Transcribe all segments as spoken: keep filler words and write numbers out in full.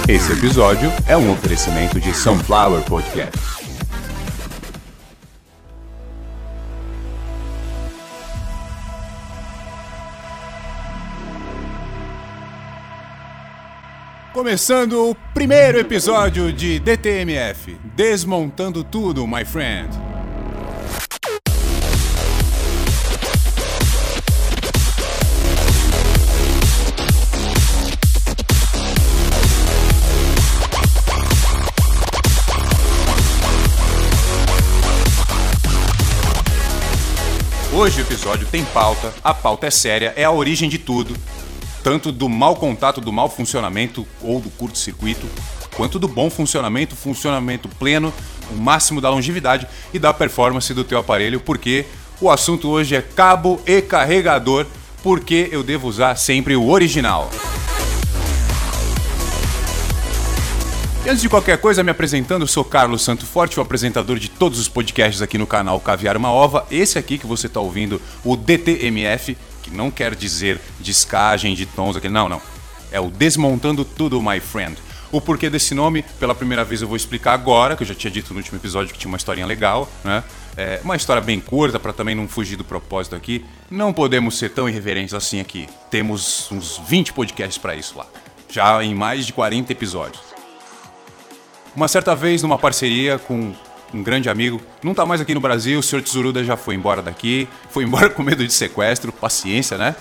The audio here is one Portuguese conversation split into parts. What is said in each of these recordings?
Esse episódio é um oferecimento de Sunflower Podcast. Começando o primeiro episódio de D T M F, Desmontando Tudo, my friend. Hoje o episódio tem pauta, a pauta é séria, é a origem de tudo, tanto do mau contato, do mau funcionamento ou do curto-circuito, quanto do bom funcionamento, funcionamento pleno, o máximo da longevidade e da performance do teu aparelho, porque o assunto hoje é cabo e carregador, porque eu devo usar sempre o original. E antes de qualquer coisa, me apresentando, eu sou Carlos Santo Forte, o apresentador de todos os podcasts aqui no canal Caviar Uma Ova. Esse aqui que você está ouvindo, o D T M F, que não quer dizer descagem de tons, aqui, não, não. É o Desmontando Tudo, my friend. O porquê desse nome, pela primeira vez eu vou explicar agora, que eu já tinha dito no último episódio que tinha uma historinha legal, né? É uma história bem curta, para também não fugir do propósito aqui. Não podemos ser tão irreverentes assim aqui. Temos uns vinte podcasts para isso lá, já em mais de quarenta episódios. Uma certa vez, numa parceria com um grande amigo, não tá mais aqui no Brasil, o senhor Tsuruda já foi embora daqui, foi embora com medo de sequestro, paciência, né?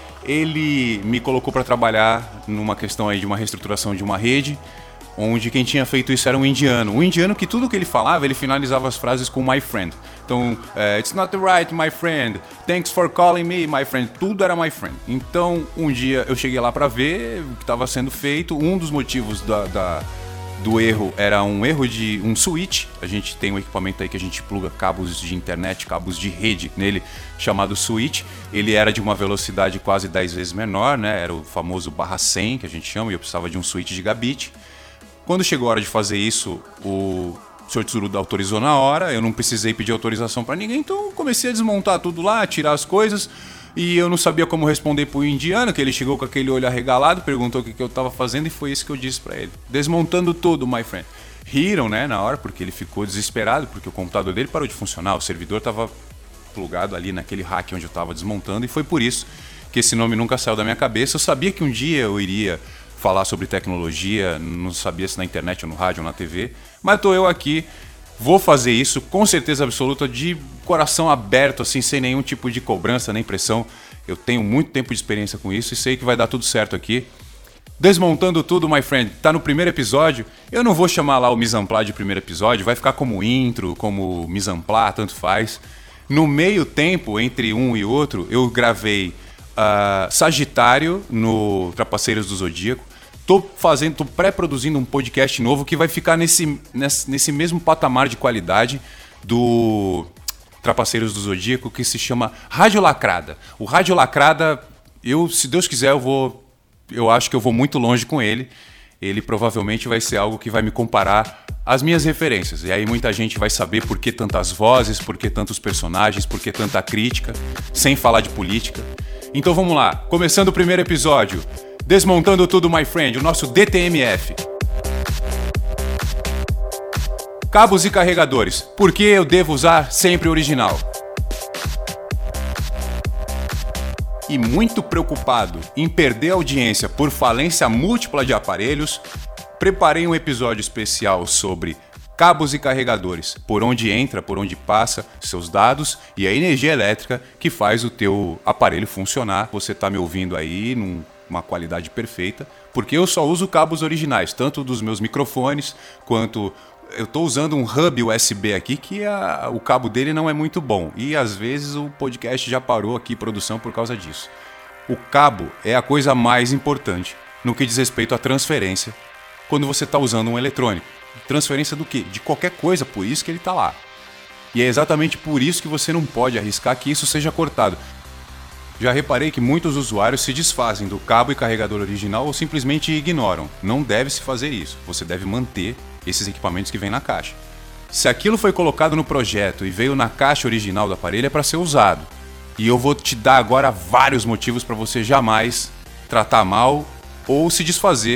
Ele me colocou para trabalhar numa questão aí de uma reestruturação de uma rede, onde quem tinha feito isso era um indiano. Um indiano que tudo que ele falava, ele finalizava as frases com my friend. Então, uh, it's not right, my friend, thanks for calling me, my friend, tudo era my friend. Então, um dia eu cheguei lá para ver o que estava sendo feito, um dos motivos da... da do erro era um erro de um switch. A gente tem um equipamento aí que a gente pluga cabos de internet, cabos de rede nele, chamado switch. Ele era de uma velocidade quase dez vezes menor, né? Era o famoso barra cem que a gente chama, e eu precisava de um switch gigabit. Quando chegou a hora de fazer isso, o senhor Tsuruda autorizou na hora, eu não precisei pedir autorização para ninguém, então comecei a desmontar tudo lá, tirar as coisas. E eu não sabia como responder pro indiano, que ele chegou com aquele olho arregalado, perguntou o que, que eu tava fazendo e foi isso que eu disse pra ele. Desmontando tudo, my friend. Riram, né, na hora, porque ele ficou desesperado, porque o computador dele parou de funcionar, o servidor tava plugado ali naquele rack onde eu tava desmontando, e foi por isso que esse nome nunca saiu da minha cabeça. Eu sabia que um dia eu iria falar sobre tecnologia, não sabia se na internet ou no rádio ou na T V, mas tô eu aqui. Vou fazer isso com certeza absoluta, de coração aberto, assim, sem nenhum tipo de cobrança nem pressão. Eu tenho muito tempo de experiência com isso e sei que vai dar tudo certo aqui. Desmontando tudo, my friend, tá no primeiro episódio. Eu não vou chamar lá o mise en place de primeiro episódio, vai ficar como intro, como mise en place, tanto faz. No meio tempo, entre um e outro, eu gravei uh, Sagitário no Trapaceiros do Zodíaco. Tô fazendo, tô pré-produzindo um podcast novo que vai ficar nesse, nesse, nesse mesmo patamar de qualidade do Trapaceiros do Zodíaco, que se chama Rádio Lacrada. O Rádio Lacrada, eu, se Deus quiser, eu vou, eu acho que eu vou muito longe com ele. Ele provavelmente vai ser algo que vai me comparar às minhas referências. E aí muita gente vai saber por que tantas vozes, por que tantos personagens, por que tanta crítica, sem falar de política. Então vamos lá, começando o primeiro episódio. Desmontando tudo, my friend, o nosso D T M F. Cabos e carregadores. Por que eu devo usar sempre o original? E muito preocupado em perder audiência por falência múltipla de aparelhos, preparei um episódio especial sobre cabos e carregadores, por onde entra, por onde passa seus dados e a energia elétrica que faz o teu aparelho funcionar. Você está me ouvindo aí num uma qualidade perfeita, porque eu só uso cabos originais, tanto dos meus microfones, quanto eu estou usando um hub U S B aqui, que a, o cabo dele não é muito bom, e às vezes o podcast já parou aqui, produção, por causa disso. O cabo é a coisa mais importante no que diz respeito à transferência, quando você está usando um eletrônico. Transferência do quê? De qualquer coisa, por isso que ele está lá. E é exatamente por isso que você não pode arriscar que isso seja cortado. Já reparei que muitos usuários se desfazem do cabo e carregador original ou simplesmente ignoram. Não deve se fazer isso. Você deve manter esses equipamentos que vêm na caixa. Se aquilo foi colocado no projeto e veio na caixa original do aparelho, é para ser usado. E eu vou te dar agora vários motivos para você jamais tratar mal ou se desfazer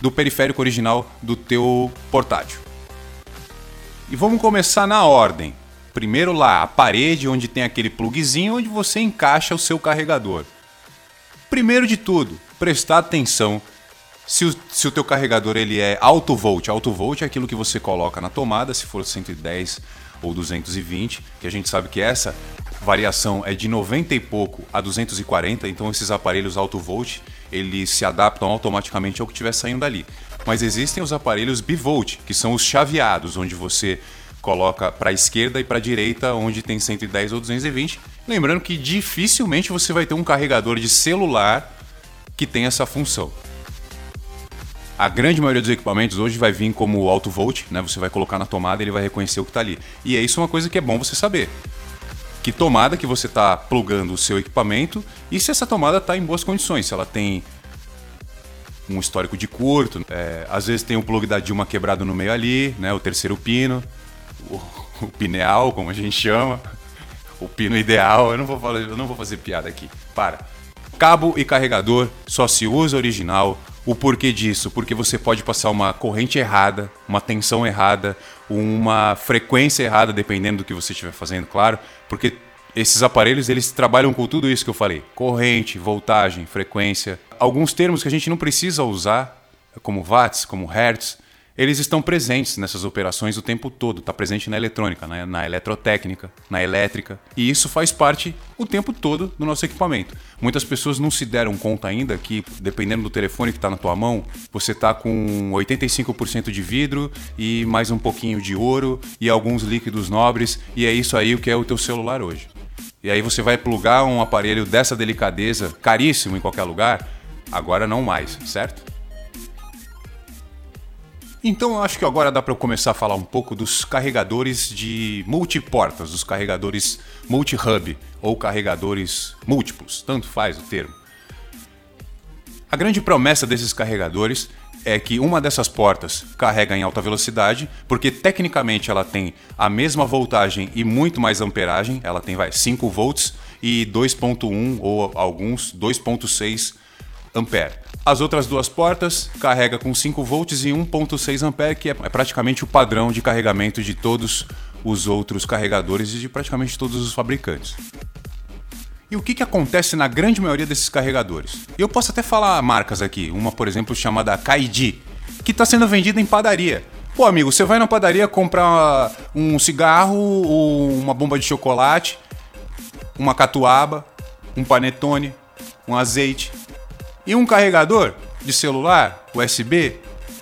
do periférico original do teu portátil. E vamos começar na ordem. Primeiro lá, a parede onde tem aquele plugzinho onde você encaixa o seu carregador. Primeiro de tudo, prestar atenção se o, se o teu carregador ele é alto volt. Alto volt é aquilo que você coloca na tomada, se for cento e dez ou duzentos e vinte, que a gente sabe que essa variação é de noventa e pouco a duzentos e quarenta, então esses aparelhos alto volt, eles se adaptam automaticamente ao que estiver saindo dali. Mas existem os aparelhos bivolt, que são os chaveados, onde você coloca para a esquerda e para a direita, onde tem cento e dez ou duzentos e vinte. Lembrando que dificilmente você vai ter um carregador de celular que tem essa função. A grande maioria dos equipamentos hoje vai vir como alto volt, né? Você vai colocar na tomada e ele vai reconhecer o que está ali. E é isso uma coisa que é bom você saber. Que tomada que você está plugando o seu equipamento e se essa tomada está em boas condições, se ela tem um histórico de curto, é, às vezes tem o plug da Dilma quebrado no meio ali, né? O terceiro pino, o, o pineal, como a gente chama, o pino ideal. Eu não vou falar, eu não vou fazer piada aqui. Para. Cabo e carregador só se usa original. O porquê disso? Porque você pode passar uma corrente errada, uma tensão errada, uma frequência errada, dependendo do que você estiver fazendo, claro. Porque esses aparelhos, eles trabalham com tudo isso que eu falei. Corrente, voltagem, frequência. Alguns termos que a gente não precisa usar, como watts, como hertz, eles estão presentes nessas operações o tempo todo. Está presente na eletrônica, na, na eletrotécnica, na elétrica. E isso faz parte o tempo todo do nosso equipamento. Muitas pessoas não se deram conta ainda que, dependendo do telefone que está na tua mão, você está com oitenta e cinco por cento de vidro e mais um pouquinho de ouro e alguns líquidos nobres. E é isso aí o que é o teu celular hoje. E aí você vai plugar um aparelho dessa delicadeza, caríssimo em qualquer lugar, agora não mais, certo? Então eu acho que agora dá para eu começar a falar um pouco dos carregadores de multiportas, os carregadores multi-hub ou carregadores múltiplos, tanto faz o termo. A grande promessa desses carregadores é que uma dessas portas carrega em alta velocidade, porque tecnicamente ela tem a mesma voltagem e muito mais amperagem, ela tem vai, cinco volts e dois ponto um ou alguns dois ponto seis ampere. As outras duas portas carrega com cinco volts e um ponto seis ampere, que é praticamente o padrão de carregamento de todos os outros carregadores e de praticamente todos os fabricantes. E o que, que acontece na grande maioria desses carregadores? Eu posso até falar marcas aqui, uma por exemplo chamada Kaidi, que está sendo vendida em padaria. Pô amigo, você vai na padaria comprar um cigarro, uma bomba de chocolate, uma catuaba, um panetone, um azeite e um carregador de celular, U S B?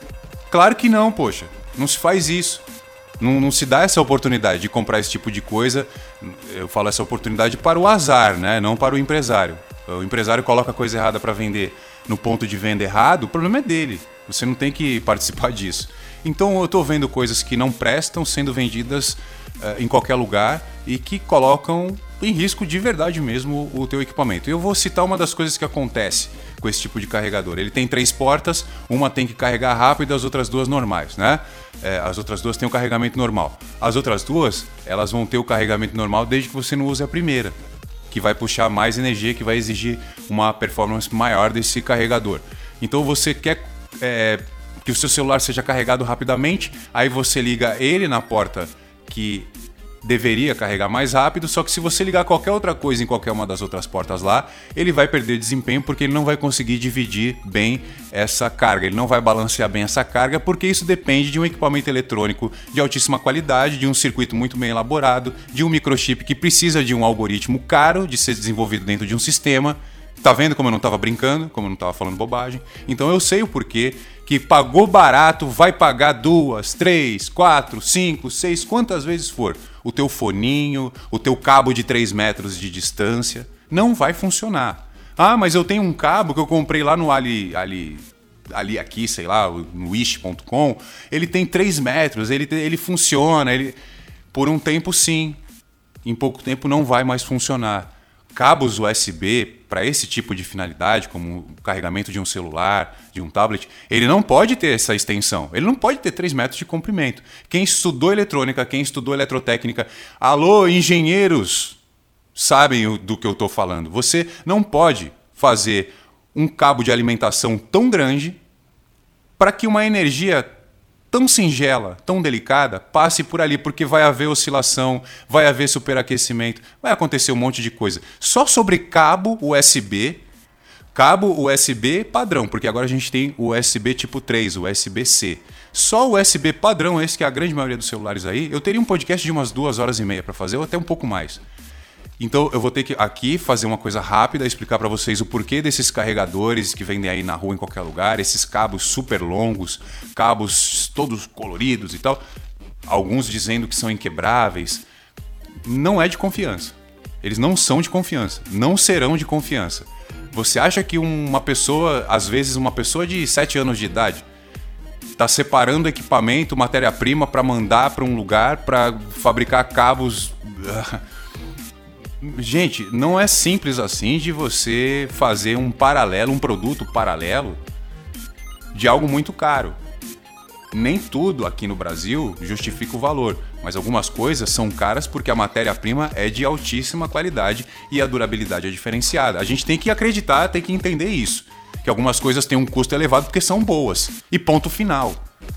Claro que não, poxa. Não se faz isso. Não, não se dá essa oportunidade de comprar esse tipo de coisa. Eu falo essa oportunidade para o azar, né? Não para o empresário. O empresário coloca a coisa errada para vender no ponto de venda errado, o problema é dele. Você não tem que participar disso. Então eu estou vendo coisas que não prestam sendo vendidas uh, em qualquer lugar e que colocam em risco de verdade mesmo o teu equipamento. Eu vou citar uma das coisas que acontece com esse tipo de carregador. Ele tem três portas, uma tem que carregar rápido e as outras duas normais, né? É, as outras duas têm o carregamento normal. As outras duas, elas vão ter o carregamento normal desde que você não use a primeira, que vai puxar mais energia, que vai exigir uma performance maior desse carregador. Então você quer é, que o seu celular seja carregado rapidamente, aí você liga ele na porta que deveria carregar mais rápido, só que se você ligar qualquer outra coisa em qualquer uma das outras portas lá, ele vai perder desempenho porque ele não vai conseguir dividir bem essa carga, ele não vai balancear bem essa carga, porque isso depende de um equipamento eletrônico de altíssima qualidade, de um circuito muito bem elaborado, de um microchip que precisa de um algoritmo caro de ser desenvolvido dentro de um sistema. Tá vendo como eu não estava brincando, como eu não estava falando bobagem? Então eu sei o porquê que pagou barato, vai pagar duas, três, quatro, cinco, seis, quantas vezes for. O teu foninho, o teu cabo de três metros de distância, não vai funcionar. Ah, mas eu tenho um cabo que eu comprei lá no Ali, Ali, Ali aqui, sei lá, no wish ponto com, ele tem três metros, ele, ele funciona, ele... por um tempo sim, em pouco tempo não vai mais funcionar. Cabos U S B para esse tipo de finalidade, como o carregamento de um celular, de um tablet, ele não pode ter essa extensão. Ele não pode ter três metros de comprimento. Quem estudou eletrônica, quem estudou eletrotécnica, alô, engenheiros, sabem do que eu estou falando. Você não pode fazer um cabo de alimentação tão grande para que uma energia tão singela, tão delicada, passe por ali, porque vai haver oscilação, vai haver superaquecimento, vai acontecer um monte de coisa. Só sobre cabo U S B, cabo U S B padrão, porque agora a gente tem o U S B tipo três, o U S B C. Só o U S B padrão, esse que é a grande maioria dos celulares aí, eu teria um podcast de umas duas horas e meia para fazer, ou até um pouco mais. Então eu vou ter que aqui fazer uma coisa rápida, explicar para vocês o porquê desses carregadores que vendem aí na rua em qualquer lugar, esses cabos super longos, cabos todos coloridos e tal, alguns dizendo que são inquebráveis. Não é de confiança. Eles não são de confiança, não serão de confiança. Você acha que uma pessoa, às vezes uma pessoa de sete anos de idade, está separando equipamento, matéria-prima para mandar para um lugar para fabricar cabos... Gente, não é simples assim de você fazer um paralelo, um produto paralelo de algo muito caro. Nem tudo aqui no Brasil justifica o valor, mas algumas coisas são caras porque a matéria-prima é de altíssima qualidade e a durabilidade é diferenciada. A gente tem que acreditar, tem que entender isso, que algumas coisas têm um custo elevado porque são boas. E ponto final.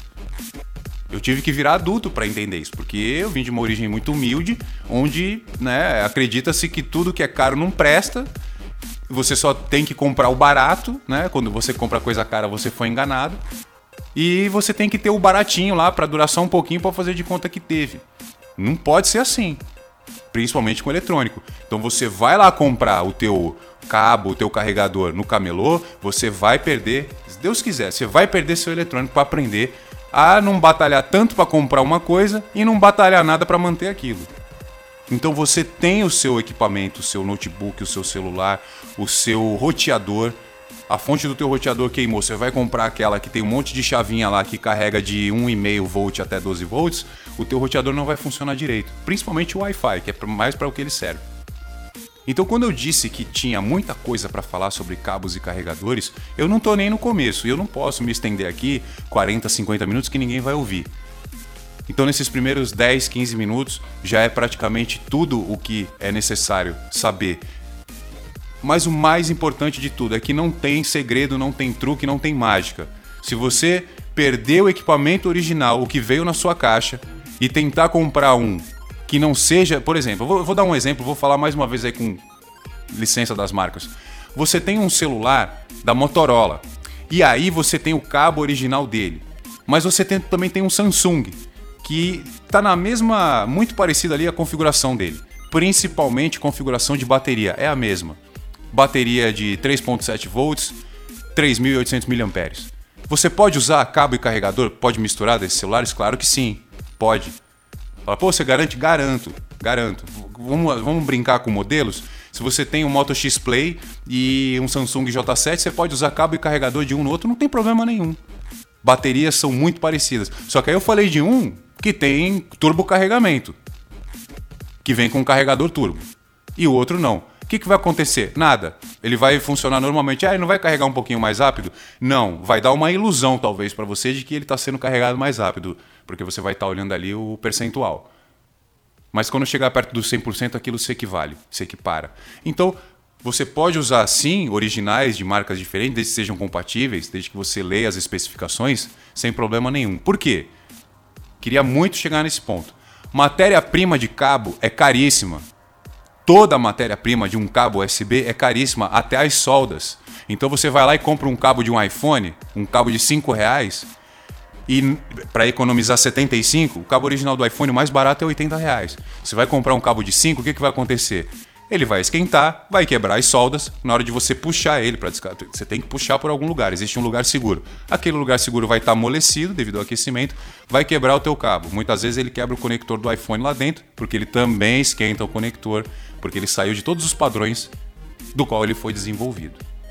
Eu tive que virar adulto para entender isso, porque eu vim de uma origem muito humilde, onde, né, acredita-se que tudo que é caro não presta, você só tem que comprar o barato, né? Quando você compra coisa cara, você foi enganado, e você tem que ter o baratinho lá para durar só um pouquinho para fazer de conta que teve. Não pode ser assim, principalmente com eletrônico. Então você vai lá comprar o teu cabo, o teu carregador no camelô, você vai perder, se Deus quiser, você vai perder seu eletrônico para aprender a não batalhar tanto para comprar uma coisa e não batalhar nada para manter aquilo. Então você tem o seu equipamento, o seu notebook, o seu celular, o seu roteador, a fonte do teu roteador queimou, você vai comprar aquela que tem um monte de chavinha lá que carrega de um vírgula cinco volt até doze volts, o teu roteador não vai funcionar direito, principalmente o Wi-Fi, que é mais para o que ele serve. Então, quando eu disse que tinha muita coisa para falar sobre cabos e carregadores, eu não estou nem no começo e eu não posso me estender aqui quarenta, cinquenta minutos que ninguém vai ouvir. Então, nesses primeiros dez, quinze minutos, já é praticamente tudo o que é necessário saber. Mas o mais importante de tudo é que não tem segredo, não tem truque, não tem mágica. Se você perder o equipamento original, o que veio na sua caixa, e tentar comprar um que não seja, por exemplo, eu vou, eu vou dar um exemplo, vou falar mais uma vez aí com licença das marcas. Você tem um celular da Motorola e aí você tem o cabo original dele, mas você tem, também tem um Samsung que está na mesma, muito parecida ali a configuração dele, principalmente configuração de bateria, é a mesma. Bateria de três vírgula sete volts, três mil e oitocentos miliampères-hora. Você pode usar cabo e carregador? Pode misturar desses celulares? Claro que sim, pode. Fala, pô, você garante? Garanto, garanto. Vamos, vamos brincar com modelos? Se você tem um Moto X Play e um Samsung J sete, você pode usar cabo e carregador de um no outro, não tem problema nenhum. Baterias são muito parecidas. Só que aí eu falei de um que tem turbo carregamento, que vem com carregador turbo, e o outro não. O que, que vai acontecer? Nada. Ele vai funcionar normalmente. Ah, ele não vai carregar um pouquinho mais rápido? Não. Vai dar uma ilusão, talvez, para você de que ele está sendo carregado mais rápido, porque você vai estar tá olhando ali o percentual. Mas quando chegar perto dos cem por cento, aquilo se equivale, se equipara. Então, você pode usar, sim, originais de marcas diferentes, desde que sejam compatíveis, desde que você leia as especificações, sem problema nenhum. Por quê? Queria muito chegar nesse ponto. Matéria-prima de cabo é caríssima. Toda a matéria-prima de um cabo U S B é caríssima, até as soldas. Então você vai lá e compra um cabo de um iPhone, um cabo de cinco reais, e para economizar setenta e cinco, o cabo original do iPhone mais barato é oitenta reais. Você vai comprar um cabo de cinco, o que, que vai acontecer? Ele vai esquentar, vai quebrar as soldas, na hora de você puxar ele para descartar, você tem que puxar por algum lugar, existe um lugar seguro. Aquele lugar seguro vai estar amolecido devido ao aquecimento, vai quebrar o teu cabo. Muitas vezes ele quebra o conector do iPhone lá dentro, porque ele também esquenta o conector, porque ele saiu de todos os padrões do qual ele foi desenvolvido.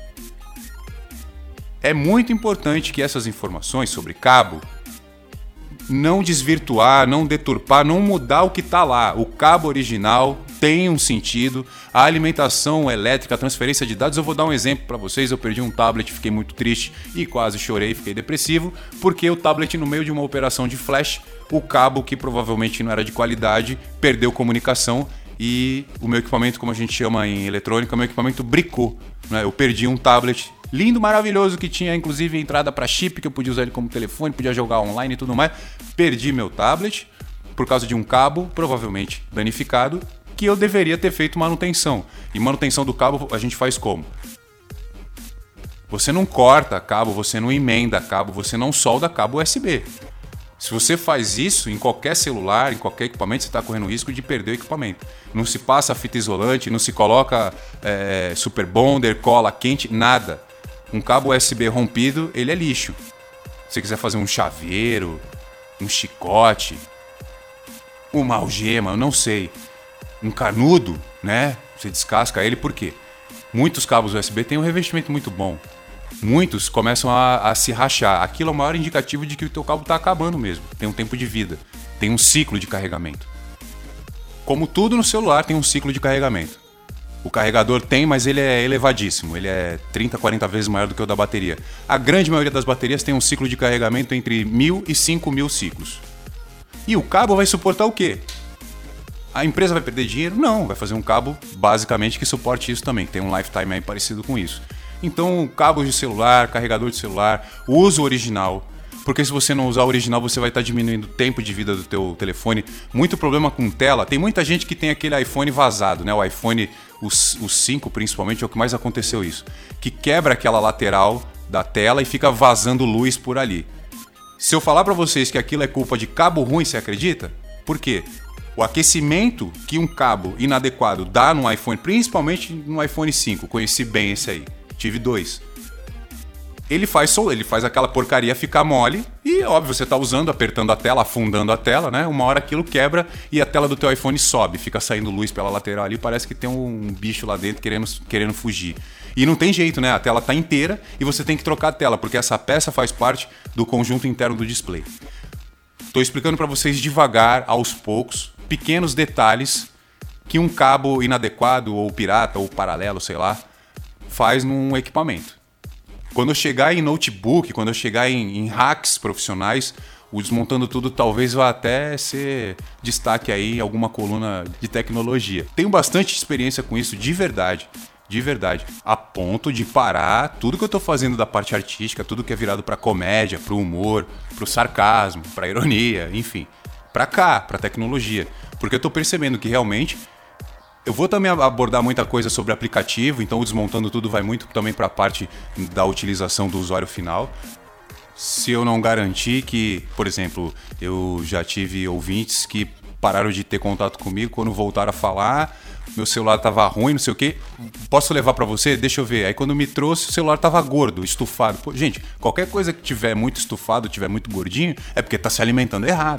É muito importante que essas informações sobre cabo não desvirtuar, não deturpar, não mudar o que está lá. O cabo original tem um sentido, a alimentação elétrica, a transferência de dados. Eu vou dar um exemplo para vocês. Eu perdi um tablet, fiquei muito triste e quase chorei, fiquei depressivo, porque o tablet, no meio de uma operação de flash, o cabo, que provavelmente não era de qualidade, perdeu comunicação e o meu equipamento, como a gente chama em eletrônica, meu equipamento bricou, né? Eu perdi um tablet lindo, maravilhoso, que tinha inclusive entrada para chip, que eu podia usar ele como telefone, podia jogar online e tudo mais. Perdi meu tablet por causa de um cabo, provavelmente danificado, que eu deveria ter feito manutenção. E manutenção do cabo a gente faz como? Você não corta cabo, você não emenda cabo, você não solda cabo U S B. Se você faz isso em qualquer celular, em qualquer equipamento, você está correndo o risco de perder o equipamento. Não se passa fita isolante, não se coloca é, super bonder, cola quente, nada. Um cabo U S B rompido, ele é lixo. Se você quiser fazer um chaveiro, um chicote, uma algema, eu não sei. Um canudo, né? Você descasca ele, por quê? Muitos cabos U S B têm um revestimento muito bom. Muitos começam a, a se rachar. Aquilo é o maior indicativo de que o teu cabo está acabando mesmo. Tem um tempo de vida. Tem um ciclo de carregamento. Como tudo no celular tem um ciclo de carregamento. O carregador tem, mas ele é elevadíssimo. Ele é trinta, quarenta vezes maior do que o da bateria. A grande maioria das baterias tem um ciclo de carregamento entre mil e cinco mil ciclos. E o cabo vai suportar o quê? A empresa vai perder dinheiro? Não, vai fazer um cabo basicamente que suporte isso também. Tem um lifetime aí parecido com isso. Então, cabos de celular, carregador de celular, usa o original. Porque se você não usar o original, você vai estar diminuindo o tempo de vida do teu telefone. Muito problema com tela. Tem muita gente que tem aquele iPhone vazado, né? O iPhone, o cinco principalmente, é o que mais aconteceu isso. Que quebra aquela lateral da tela e fica vazando luz por ali. Se eu falar para vocês que aquilo é culpa de cabo ruim, você acredita? Por quê? O aquecimento que um cabo inadequado dá no iPhone, principalmente no iPhone cinco, conheci bem esse aí, tive dois. Ele faz, ele faz aquela porcaria ficar mole e, óbvio, você está usando, apertando a tela, afundando a tela, né? Uma hora aquilo quebra e a tela do teu iPhone sobe, fica saindo luz pela lateral ali, parece que tem um bicho lá dentro querendo, querendo fugir. E não tem jeito, né? A tela está inteira e você tem que trocar a tela, porque essa peça faz parte do conjunto interno do display. Estou explicando para vocês devagar, aos poucos, pequenos detalhes que um cabo inadequado ou pirata ou paralelo, sei lá, faz num equipamento. Quando eu chegar em notebook, quando eu chegar em, em hacks profissionais, o Desmontando Tudo talvez vá até ser destaque aí em alguma coluna de tecnologia. Tenho bastante experiência com isso de verdade, de verdade, a ponto de parar tudo que eu tô fazendo da parte artística, tudo que é virado pra comédia, pro humor, pro sarcasmo, pra ironia, enfim, pra cá, pra tecnologia. Porque eu tô percebendo que realmente eu vou também abordar muita coisa sobre aplicativo, então o Desmontando Tudo vai muito também para a parte da utilização do usuário final. Se eu não garantir que, por exemplo, eu já tive ouvintes que pararam de ter contato comigo quando voltaram a falar, meu celular estava ruim, não sei o quê, posso levar para você? Deixa eu ver. Aí quando me trouxe, o celular estava gordo, estufado. Pô, gente, qualquer coisa que tiver muito estufado, tiver muito gordinho, é porque está se alimentando errado.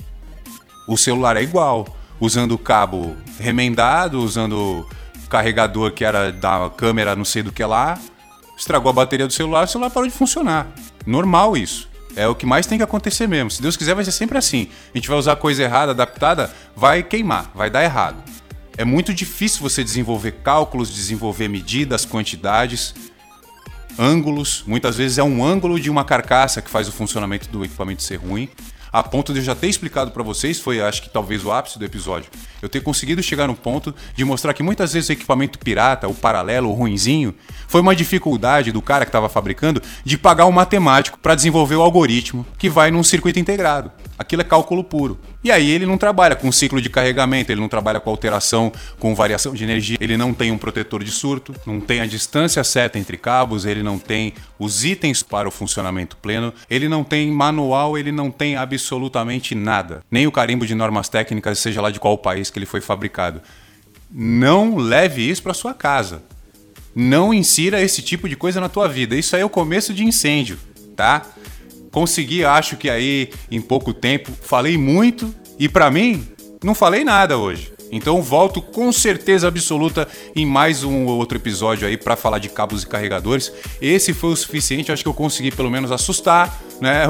O celular é igual. Usando o cabo remendado, usando o carregador que era da câmera não sei do que lá, estragou a bateria do celular, o celular parou de funcionar. Normal isso. É o que mais tem que acontecer mesmo. Se Deus quiser vai ser sempre assim. A gente vai usar coisa errada, adaptada, vai queimar, vai dar errado. É muito difícil você desenvolver cálculos, desenvolver medidas, quantidades, ângulos. Muitas vezes é um ângulo de uma carcaça que faz o funcionamento do equipamento ser ruim. A ponto de eu já ter explicado para vocês, foi acho que talvez o ápice do episódio, eu ter conseguido chegar no ponto de mostrar que muitas vezes o equipamento pirata, o paralelo, o ruinzinho, foi uma dificuldade do cara que estava fabricando de pagar um matemático para desenvolver o algoritmo que vai num circuito integrado. Aquilo é cálculo puro. E aí ele não trabalha com ciclo de carregamento, ele não trabalha com alteração, com variação de energia, ele não tem um protetor de surto, não tem a distância certa entre cabos, ele não tem os itens para o funcionamento pleno, ele não tem manual, ele não tem absolutamente nada. Nem o carimbo de normas técnicas, seja lá de qual país que ele foi fabricado. Não leve isso para sua casa. Não insira esse tipo de coisa na tua vida. Isso aí é o começo de incêndio, tá? Consegui, acho que aí, em pouco tempo, falei muito e pra mim, não falei nada hoje. Então volto com certeza absoluta em mais um outro episódio aí pra falar de cabos e carregadores. Esse foi o suficiente, acho que eu consegui pelo menos assustar, né?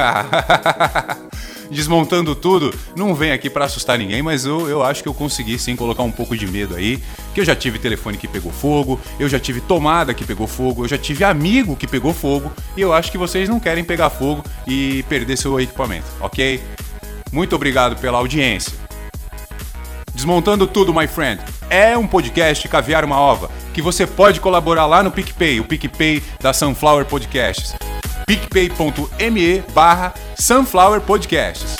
Desmontando tudo, não vem aqui pra assustar ninguém, mas eu, eu acho que eu consegui sim colocar um pouco de medo aí, que eu já tive telefone que pegou fogo, eu já tive tomada que pegou fogo, eu já tive amigo que pegou fogo, e eu acho que vocês não querem pegar fogo e perder seu equipamento, ok? Muito obrigado pela audiência. Desmontando Tudo, my friend, é um podcast Caviar Uma Ova. que você pode colaborar lá no PicPay, o PicPay da Sunflower Podcasts. picpay.me barra Sunflower Podcasts.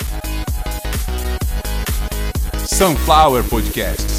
Sunflower Podcasts.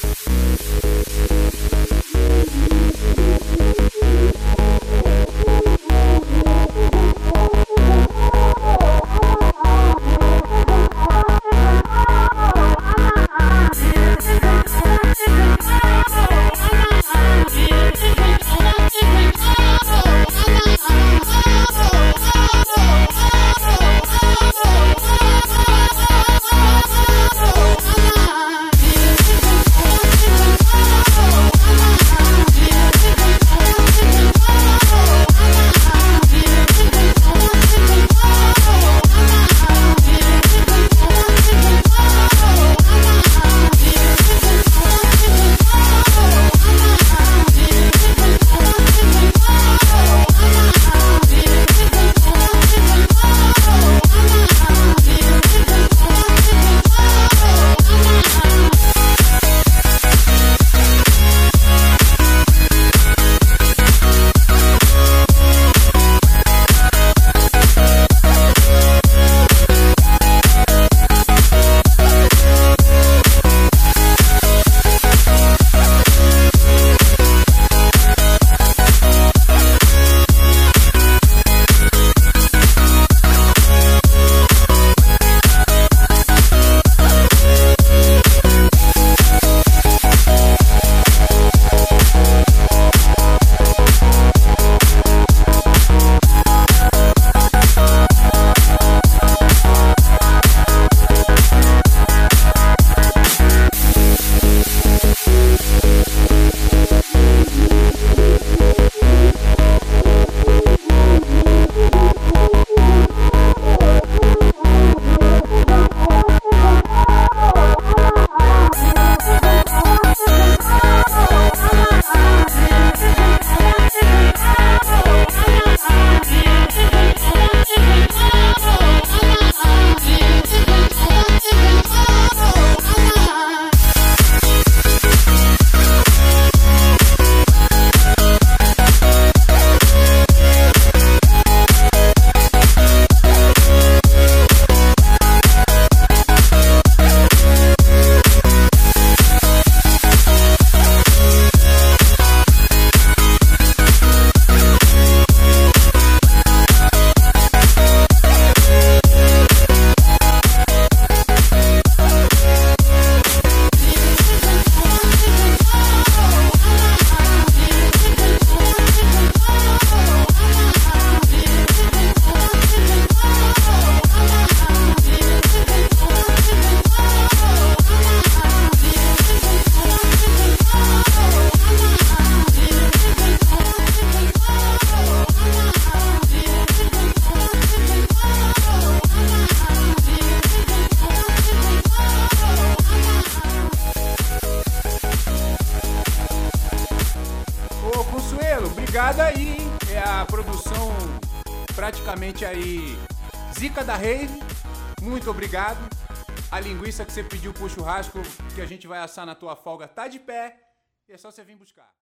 Obrigado aí, hein? É a produção praticamente aí zica da rave. Muito obrigado. A linguiça que você pediu pro churrasco que a gente vai assar na tua folga tá de pé. E é só você vir buscar.